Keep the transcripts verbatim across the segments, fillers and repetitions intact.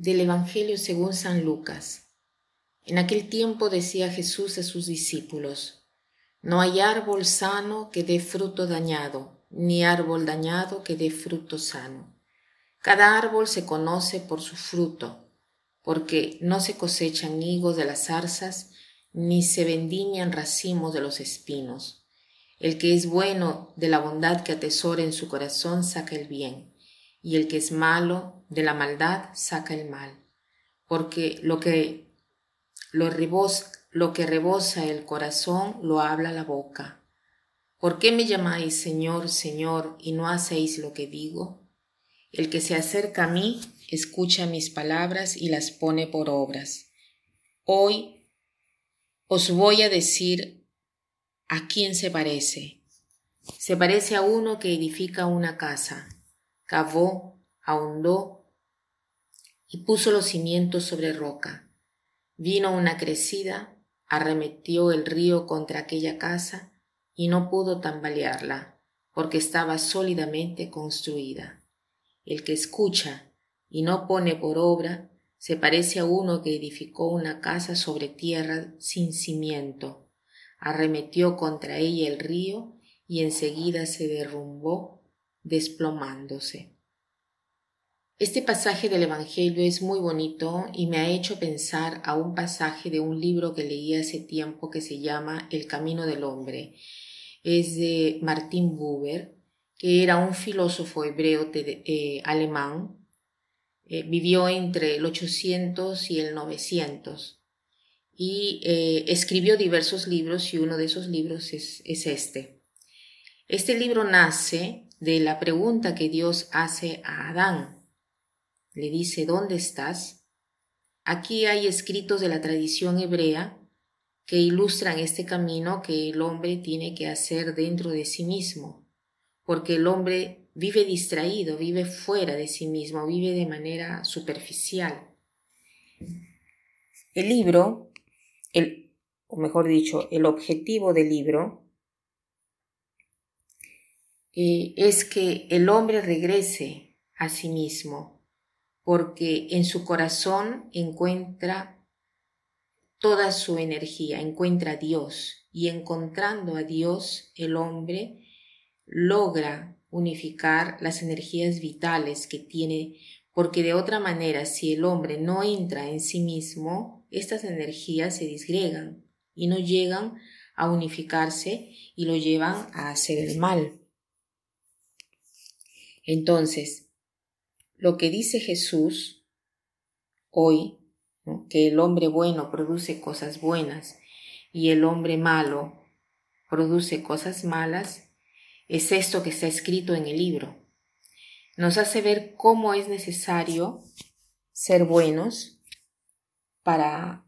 Del Evangelio según San Lucas. En aquel tiempo decía Jesús a sus discípulos: No hay árbol sano que dé fruto dañado, ni árbol dañado que dé fruto sano. Cada árbol se conoce por su fruto, porque no se cosechan higos de las zarzas, ni se vendimian racimos de los espinos. El que es bueno de la bondad que atesora en su corazón saca el bien, y el que es malo de la maldad saca el mal. Porque lo que, lo rebosa, lo que rebosa el corazón lo habla la boca. ¿Por qué me llamáis Señor, Señor, y no hacéis lo que digo? El que se acerca a mí escucha mis palabras y las pone por obras. Hoy os voy a decir a quién se parece. Se parece a uno que edifica una casa, cavó, ahondó y puso los cimientos sobre roca. Vino una crecida, arremetió el río contra aquella casa y no pudo tambalearla, porque estaba sólidamente construida. El que escucha y no pone por obra se parece a uno que edificó una casa sobre tierra sin cimiento. Arremetió contra ella el río y enseguida se derrumbó, desplomándose. Este pasaje del Evangelio es muy bonito y me ha hecho pensar a un pasaje de un libro que leí hace tiempo que se llama El Camino del Hombre. Es de Martin Buber, que era un filósofo hebreo eh, alemán. Eh, vivió entre el ochocientos y el novecientos y eh, escribió diversos libros, y uno de esos libros es, es este. Este libro nace de la pregunta que Dios hace a Adán. Le dice: ¿dónde estás? Aquí hay escritos de la tradición hebrea que ilustran este camino que el hombre tiene que hacer dentro de sí mismo, porque el hombre vive distraído, vive fuera de sí mismo, vive de manera superficial. El libro, el, o mejor dicho, el objetivo del libro eh, es que el hombre regrese a sí mismo, porque en su corazón encuentra toda su energía, encuentra a Dios, y encontrando a Dios, el hombre logra unificar las energías vitales que tiene, porque de otra manera, si el hombre no entra en sí mismo, estas energías se disgregan y no llegan a unificarse y lo llevan a hacer el mal. Entonces, lo que dice Jesús hoy, ¿no?, que el hombre bueno produce cosas buenas y el hombre malo produce cosas malas, es esto que está escrito en el libro. Nos hace ver cómo es necesario ser buenos para,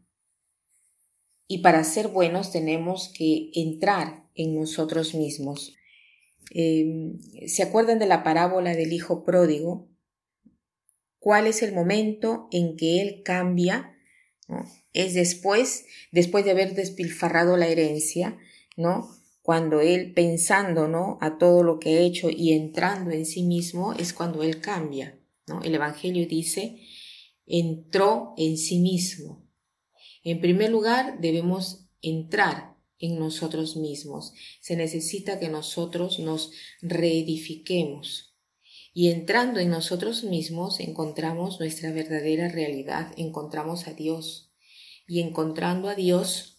y para ser buenos tenemos que entrar en nosotros mismos. Eh, ¿Se acuerdan de la parábola del hijo pródigo? ¿Cuál es el momento en que él cambia? ¿No? Es después, después de haber despilfarrado la herencia, ¿no? Cuando él, pensando, ¿no?, a todo lo que ha hecho y entrando en sí mismo, es cuando él cambia, ¿no? El Evangelio dice: entró en sí mismo. En primer lugar, debemos entrar en nosotros mismos. Se necesita que nosotros nos reedifiquemos. Y entrando en nosotros mismos encontramos nuestra verdadera realidad, encontramos a Dios. Y encontrando a Dios,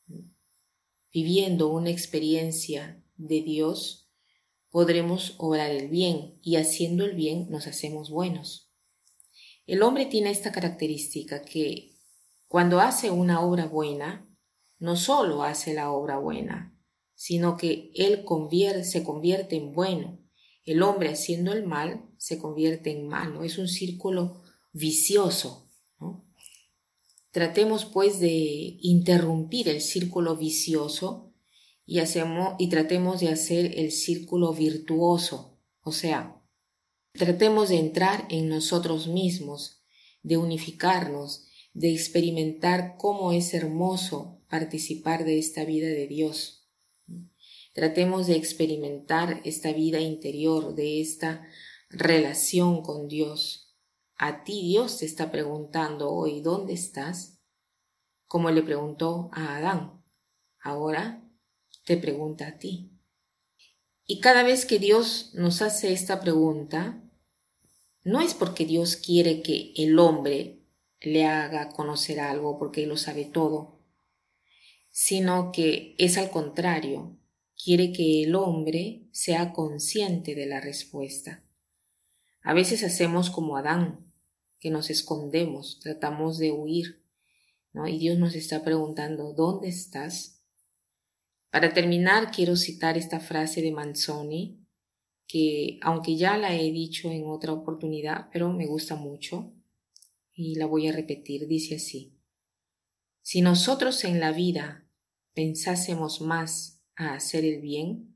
viviendo una experiencia de Dios, podremos obrar el bien, y haciendo el bien nos hacemos buenos. El hombre tiene esta característica, que cuando hace una obra buena, no solo hace la obra buena, sino que él convierte, se convierte en bueno. El hombre haciendo el mal se convierte en malo. Es un círculo vicioso, ¿no? Tratemos pues de interrumpir el círculo vicioso y, hacemos, y tratemos de hacer el círculo virtuoso. O sea, tratemos de entrar en nosotros mismos, de unificarnos, de experimentar cómo es hermoso participar de esta vida de Dios. Tratemos de experimentar esta vida interior, de esta relación con Dios. a ti Dios te está preguntando hoy, ¿dónde estás? Como le preguntó a Adán, ahora te pregunta a ti. Y cada vez que Dios nos hace esta pregunta, no es porque Dios quiere que el hombre le haga conocer algo porque Él lo sabe todo, sino que es al contrario, quiere que el hombre sea consciente de la respuesta. A veces hacemos como Adán, que nos escondemos, tratamos de huir, ¿no? Y Dios nos está preguntando, ¿dónde estás? Para terminar, quiero citar esta frase de Manzoni, que aunque ya la he dicho en otra oportunidad, pero me gusta mucho y la voy a repetir, dice así: si nosotros en la vida pensásemos más a hacer el bien,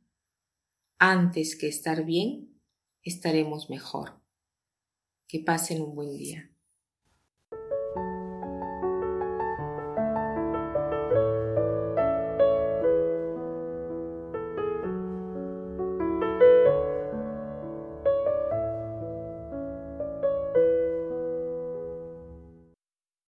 antes que estar bien, estaremos mejor. Que pasen un buen día.